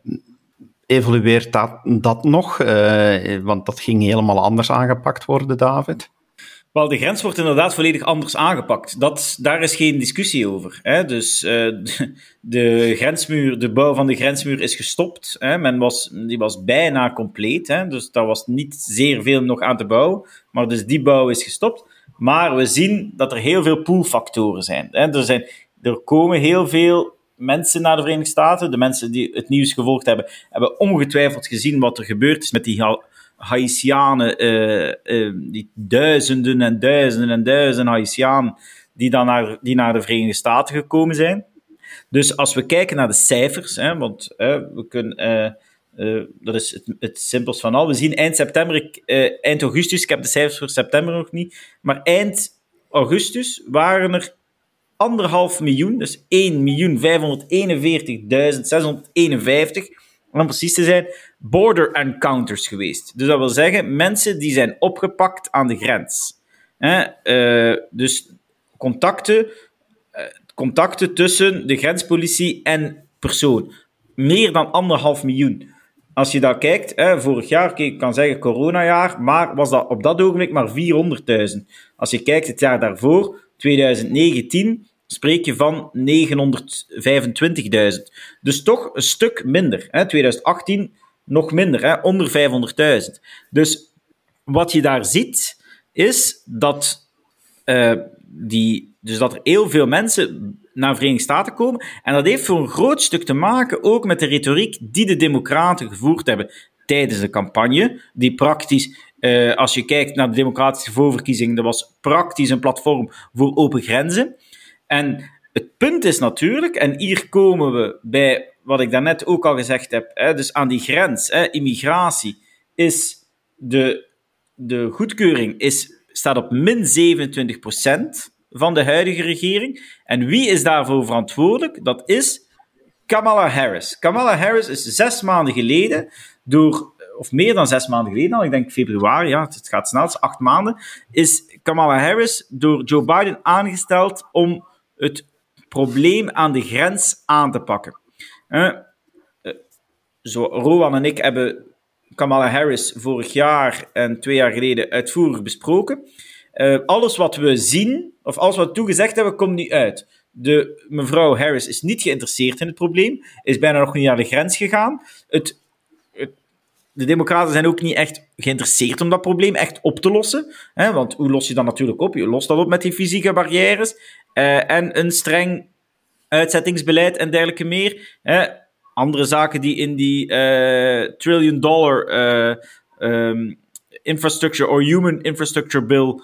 Evolueert dat, dat nog? Uh, want dat ging helemaal anders aangepakt worden, David? Wel, de grens wordt inderdaad volledig anders aangepakt. Dat, daar is geen discussie over. Hè. Dus uh, de, de grensmuur, de bouw van de grensmuur is gestopt. Hè. Men was, die was bijna compleet. Hè. Dus daar was niet zeer veel nog aan te bouwen. Maar dus die bouw is gestopt. Maar we zien dat er heel veel poolfactoren zijn. Hè. Er zijn. Er komen heel veel mensen naar de Verenigde Staten. De mensen die het nieuws gevolgd hebben, hebben ongetwijfeld gezien wat er gebeurd is met die Ha- Haitianen, uh, uh, die duizenden en duizenden en duizenden Haitianen die dan naar, die naar de Verenigde Staten gekomen zijn. Dus als we kijken naar de cijfers, hè, want uh, we kunnen, uh, uh, dat is het, het simpelst van al. We zien eind september, uh, eind augustus, ik heb de cijfers voor september nog niet, maar eind augustus waren er anderhalf miljoen, dus één miljoen vijfhonderdeenenveertigduizend zeshonderdeenenvijftig, om precies te zijn, border encounters geweest. Dus dat wil zeggen, mensen die zijn opgepakt aan de grens. Hè? Uh, dus contacten, uh, contacten tussen de grenspolitie en persoon. Meer dan anderhalf miljoen. Als je daar kijkt, hè, vorig jaar, ik kan zeggen coronajaar, maar was dat op dat ogenblik maar vierhonderdduizend. Als je kijkt het jaar daarvoor, twintig negentien, spreek je van negenhonderdvijfentwintigduizend. Dus toch een stuk minder. Hè. twintig achttien nog minder, hè, onder vijfhonderdduizend. Dus wat je daar ziet, is dat, uh, die, dus dat er heel veel mensen naar de Verenigde Staten komen. En dat heeft voor een groot stuk te maken ook met de retoriek die de Democraten gevoerd hebben tijdens de campagne, die praktisch, uh, als je kijkt naar de democratische voorverkiezingen, dat was praktisch een platform voor open grenzen. En het punt is natuurlijk, en hier komen we bij wat ik daarnet ook al gezegd heb, hè, dus aan die grens, hè, immigratie, is de, de goedkeuring is, staat op min zevenentwintig procent van de huidige regering. En wie is daarvoor verantwoordelijk? Dat is Kamala Harris. Kamala Harris is zes maanden geleden door, of meer dan zes maanden geleden al, ik denk februari, ja, het gaat snel, het is acht maanden, is Kamala Harris door Joe Biden aangesteld om het probleem aan de grens aan te pakken. Uh, uh, zo, Rowan en ik hebben Kamala Harris vorig jaar en twee jaar geleden uitvoerig besproken. Uh, alles wat we zien, of alles wat we toegezegd hebben, komt nu uit. De, mevrouw Harris is niet geïnteresseerd in het probleem, is bijna nog niet naar de grens gegaan. Het, het, de Democraten zijn ook niet echt geïnteresseerd om dat probleem echt op te lossen. Hè, want hoe los je dat natuurlijk op? Je lost dat op met die fysieke barrières uh, en een streng uitzettingsbeleid en dergelijke meer. Hè. Andere zaken die in die uh, trillion dollar uh, um, infrastructure or human infrastructure bill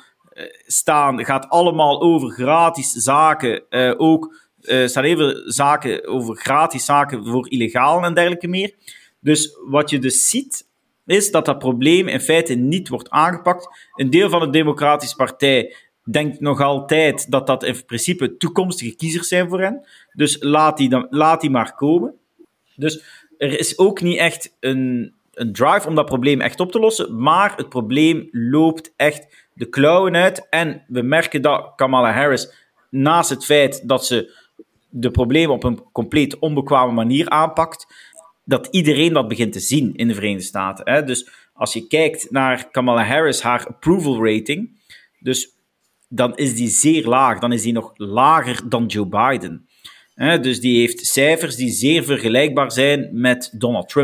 staan, gaat allemaal over gratis zaken, uh, ook uh, staan even zaken over gratis zaken voor illegalen en dergelijke meer. Dus wat je dus ziet, is dat dat probleem in feite niet wordt aangepakt. Een deel van de Democratische Partij denkt nog altijd dat dat in principe toekomstige kiezers zijn voor hen. Dus laat die, dan, laat die maar komen. Dus er is ook niet echt een, een drive om dat probleem echt op te lossen, maar het probleem loopt echt de klauwen uit. En we merken dat Kamala Harris, naast het feit dat ze de problemen op een compleet onbekwame manier aanpakt, dat iedereen dat begint te zien in de Verenigde Staten. Hè? Dus als je kijkt naar Kamala Harris, haar approval rating, dus dan is die zeer laag. Dan is die nog lager dan Joe Biden. Hè? Dus die heeft cijfers die zeer vergelijkbaar zijn met Donald Trump.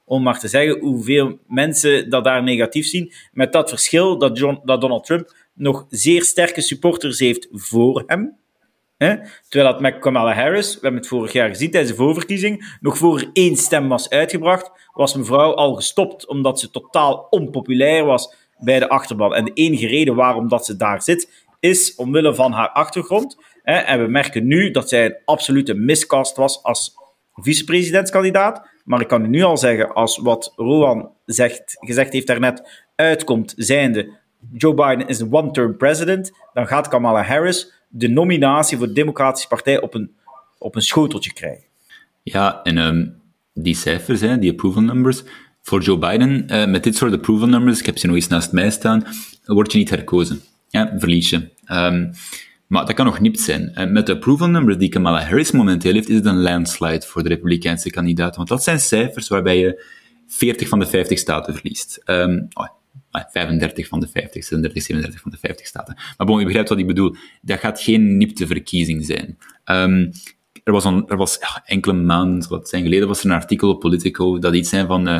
om maar te zeggen hoeveel mensen dat daar negatief zien, met dat verschil dat, John, dat Donald Trump nog zeer sterke supporters heeft voor hem. Hè? Terwijl dat met Kamala Harris, we hebben het vorig jaar gezien tijdens de voorverkiezing, nog voor er één stem was uitgebracht, was mevrouw al gestopt omdat ze totaal onpopulair was bij de achterban. En de enige reden waarom dat ze daar zit, is omwille van haar achtergrond. Hè? En we merken nu dat zij een absolute miscast was als vicepresidentskandidaat. Maar ik kan u nu al zeggen, als wat Rowan zegt, gezegd heeft daarnet uitkomt, zijnde Joe Biden is een one-term president, dan gaat Kamala Harris de nominatie voor de Democratische Partij op een, op een schoteltje krijgen. Ja, en um, die cijfers, hè, die approval numbers, voor Joe Biden, uh, met dit soort approval numbers, ik heb ze nog eens naast mij staan, word je niet herkozen. Ja, verlies je. Um, maar dat kan nog nipt zijn. En met de approval numbers die Kamala Harris momenteel heeft, is het een landslide voor de Republikeinse kandidaat. Want dat zijn cijfers waarbij je veertig van de vijftig staten verliest. Um, oh, vijfendertig van de vijftig, zesendertig, zevenendertig van de vijftig staten. Maar bon, je begrijpt wat ik bedoel. Dat gaat geen nipte verkiezing zijn. Um, er was, een, er was ja, enkele maanden, wat zijn geleden, was er een artikel op Politico dat iets zijn van, uh,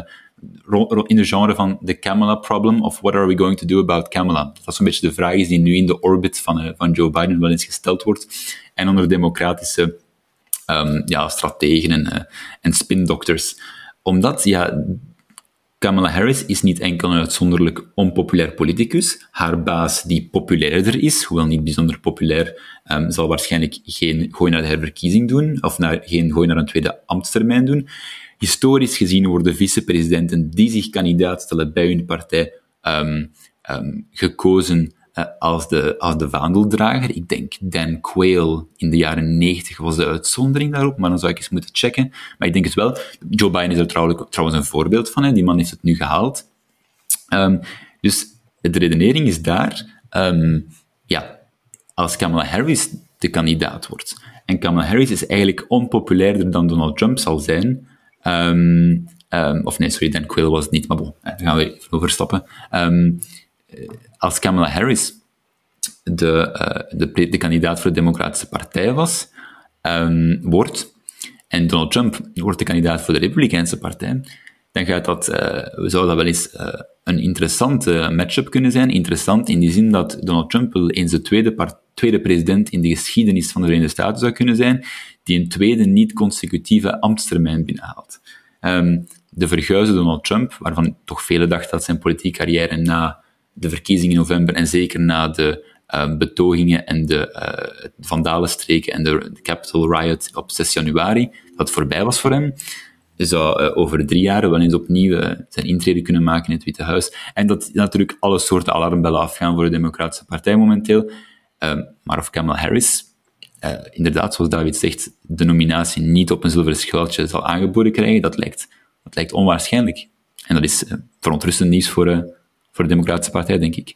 in de genre van the Kamala problem, of what are we going to do about Kamala? Dat is zo'n beetje de vraag is die nu in de orbit van, uh, van Joe Biden wel eens gesteld wordt. En onder democratische um, ja, strategen en, uh, en spindokters. Omdat, ja, Kamala Harris is niet enkel een uitzonderlijk onpopulair politicus. Haar baas, die populairder is, hoewel niet bijzonder populair, um, zal waarschijnlijk geen gooi naar de herverkiezing doen, of naar, geen gooi naar een tweede ambtstermijn doen. Historisch gezien worden vicepresidenten die zich kandidaat stellen bij hun partij um, um, gekozen uh, als, de, als de vaandeldrager. Ik denk Dan Quayle in de jaren negentig was de uitzondering daarop, maar dan zou ik eens moeten checken. Maar ik denk het wel. Joe Biden is er trouwens, trouwens een voorbeeld van. Hè. Die man heeft het nu gehaald. Um, dus de redenering is daar. Um, ja, als Kamala Harris de kandidaat wordt, en Kamala Harris is eigenlijk onpopulairder dan Donald Trump zal zijn. Um, um, of nee, sorry, Dan Quayle was het niet, maar bon, daar gaan we even overstappen. Um, als Kamala Harris de, uh, de, de kandidaat voor de Democratische Partij was, um, wordt, en Donald Trump wordt de kandidaat voor de Republikeinse Partij, dan gaat dat, uh, zou dat wel eens uh, een interessante matchup kunnen zijn. Interessant in die zin dat Donald Trump wel eens de tweede, part, tweede president in de geschiedenis van de Verenigde Staten zou kunnen zijn, die een tweede niet-consecutieve ambtstermijn binnenhaalt. Um, de verguisde Donald Trump, waarvan toch velen dachten dat zijn politieke carrière na de verkiezingen in november en zeker na de uh, betogingen en de uh, vandalenstreken en de, de Capitol Riot op zes januari, dat het voorbij was voor hem, zou uh, over drie jaar wel eens opnieuw uh, zijn intrede kunnen maken in het Witte Huis. En dat natuurlijk alle soorten alarmbellen afgaan voor de Democratische Partij momenteel. Um, maar of Kamala Harris, uh, inderdaad, zoals David zegt, de nominatie niet op een zilveren schuiltje zal aangeboden krijgen, dat lijkt, dat lijkt onwaarschijnlijk. En dat is uh, verontrustend nieuws voor, uh, voor de Democratische Partij, denk ik.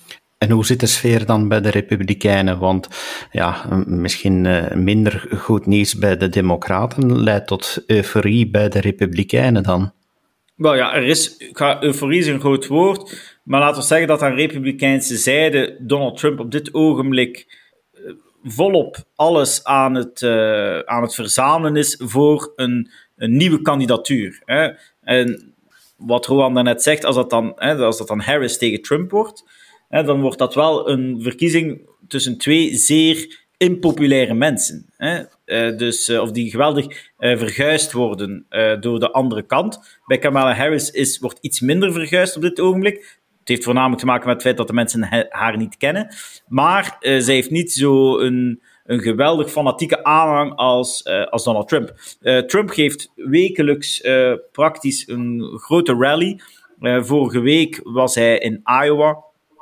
En hoe zit de sfeer dan bij de Republikeinen? Want ja, misschien uh, minder goed nieuws bij de Democraten leidt tot euforie bij de Republikeinen dan. Wel ja, er is, euforie is een groot woord, maar laten we zeggen dat aan Republikeinse zijde Donald Trump op dit ogenblik uh, volop alles aan het, uh, aan het verzamelen is voor een, een nieuwe kandidatuur. Hè? En wat Rowan daarnet zegt, als dat dan, hè, als dat dan Harris tegen Trump wordt, hè, dan wordt dat wel een verkiezing tussen twee zeer impopulaire mensen. Hè? Uh, dus, uh, of die geweldig uh, verguisd worden uh, door de andere kant. Bij Kamala Harris is, wordt iets minder verguisd op dit ogenblik. Het heeft voornamelijk te maken met het feit dat de mensen haar niet kennen. Maar uh, zij heeft niet zo een, een geweldig fanatieke aanhang als, uh, als Donald Trump. Uh, Trump geeft wekelijks uh, praktisch een grote rally. Uh, vorige week was hij in Iowa.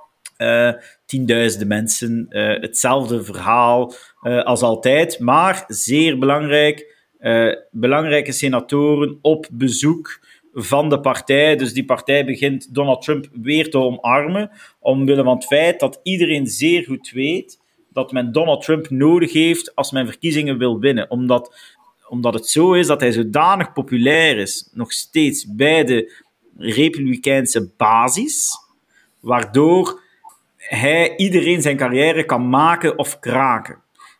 Uh, tienduizenden mensen, uh, hetzelfde verhaal uh, als altijd, maar zeer belangrijk, uh, belangrijke senatoren op bezoek van de partij. Dus die partij begint Donald Trump weer te omarmen, omwille van het feit dat iedereen zeer goed weet dat men Donald Trump nodig heeft als men verkiezingen wil winnen. Omdat, omdat het zo is dat hij zodanig populair is, nog steeds bij de Republikeinse basis, waardoor hij iedereen zijn carrière kan maken of kraken.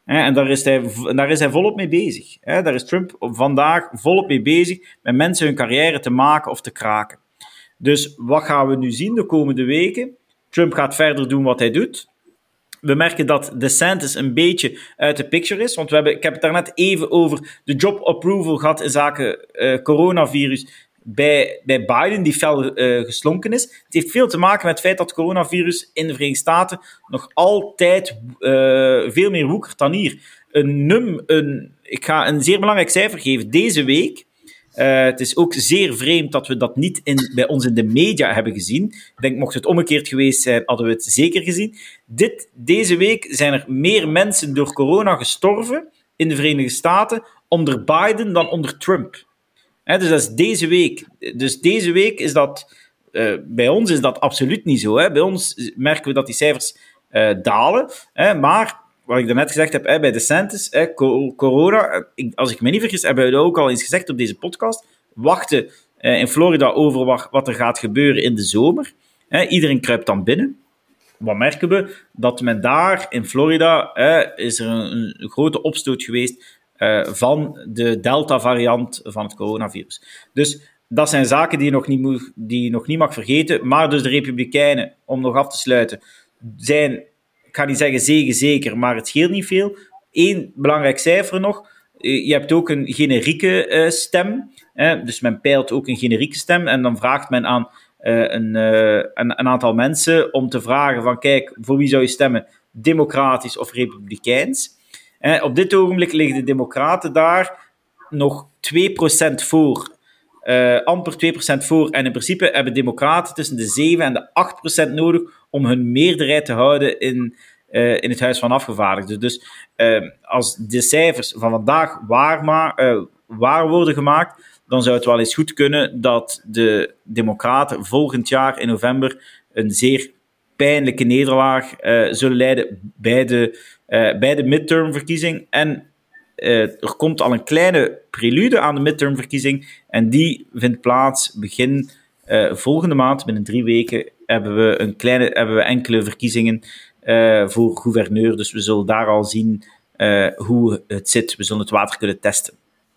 En daar is hij, daar is hij volop mee bezig. Daar is Trump vandaag volop mee bezig met mensen hun carrière te maken of te kraken. Dus wat gaan we nu zien de komende weken? Trump gaat verder doen wat hij doet. We merken dat DeSantis een beetje uit de picture is, want we hebben, ik heb het daarnet even over de job approval gehad in zaken uh, coronavirus bij, bij Biden, die fel uh, geslonken is. Het heeft veel te maken met het feit dat coronavirus in de Verenigde Staten nog altijd uh, veel meer woekert dan hier. Een num, een, ik ga een zeer belangrijk cijfer geven. Deze week, uh, het is ook zeer vreemd dat we dat niet in, bij ons in de media hebben gezien. Ik denk, mocht het omgekeerd geweest zijn, hadden we het zeker gezien. Dit, deze week zijn er meer mensen door corona gestorven in de Verenigde Staten onder Biden dan onder Trump. He, dus dat is deze week. Dus deze week is dat... Uh, bij ons is dat absoluut niet zo. Hè. Bij ons merken we dat die cijfers uh, dalen. Hè, maar, wat ik daarnet gezegd heb, hè, bij DeSantis, hè, corona... Ik, als ik me niet vergis, hebben we dat ook al eens gezegd op deze podcast. Wachten uh, in Florida over wat, wat er gaat gebeuren in de zomer. Hè, iedereen kruipt dan binnen. Wat merken we? Dat men daar in Florida... Hè, is er een, een grote opstoot geweest... Uh, van de Delta-variant van het coronavirus. Dus dat zijn zaken die je nog niet, moet, die je nog niet mag vergeten. Maar dus de Republikeinen, om nog af te sluiten, zijn, ik ga niet zeggen zegenzeker, maar het scheelt niet veel. Eén belangrijk cijfer nog. Uh, je hebt ook een generieke uh, stem. Uh, dus men peilt ook een generieke stem. En dan vraagt men aan uh, een, uh, een, een aantal mensen om te vragen van, kijk, voor wie zou je stemmen? Democratisch of Republikeins? Eh, op dit ogenblik liggen de Democraten daar nog twee procent voor. Uh, amper twee procent voor. En in principe hebben Democraten tussen de zeven en de acht procent nodig om hun meerderheid te houden in, uh, in het Huis van Afgevaardigden. Dus uh, als de cijfers van vandaag waar, maar, uh, waar worden gemaakt, dan zou het wel eens goed kunnen dat de Democraten volgend jaar in november een zeer pijnlijke nederlaag uh, zullen leiden bij de Uh, bij de midtermverkiezing. En uh, er komt al een kleine prelude aan de midtermverkiezing. En die vindt plaats begin uh, volgende maand. Binnen drie weken hebben we, een kleine, hebben we enkele verkiezingen uh, voor gouverneur. Dus we zullen daar al zien uh, hoe het zit. We zullen het water kunnen testen.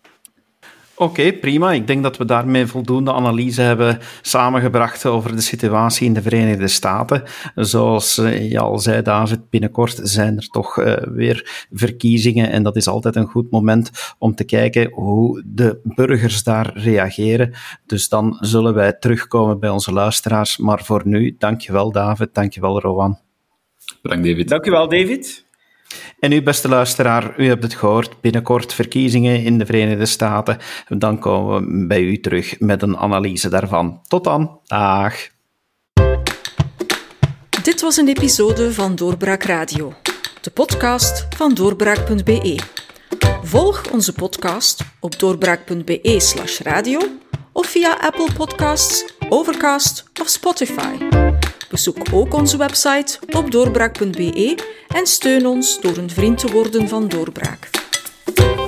Oké, okay, prima. Ik denk dat we daarmee voldoende analyse hebben samengebracht over de situatie in de Verenigde Staten. Zoals je al zei, David, binnenkort zijn er toch uh, weer verkiezingen en dat is altijd een goed moment om te kijken hoe de burgers daar reageren. Dus dan zullen wij terugkomen bij onze luisteraars. Maar voor nu, dankjewel David, dankjewel Rowan. Bedankt David. Dankjewel David. En u, beste luisteraar, u hebt het gehoord, binnenkort verkiezingen in de Verenigde Staten. Dan komen we bij u terug met een analyse daarvan. Tot dan. Dag. Dit was een episode van Doorbraak Radio, de podcast van doorbraak punt b e. Volg onze podcast op doorbraak punt b e slash radio of via Apple Podcasts, Overcast of Spotify. Bezoek ook onze website op doorbraak punt b e en steun ons door een vriend te worden van Doorbraak.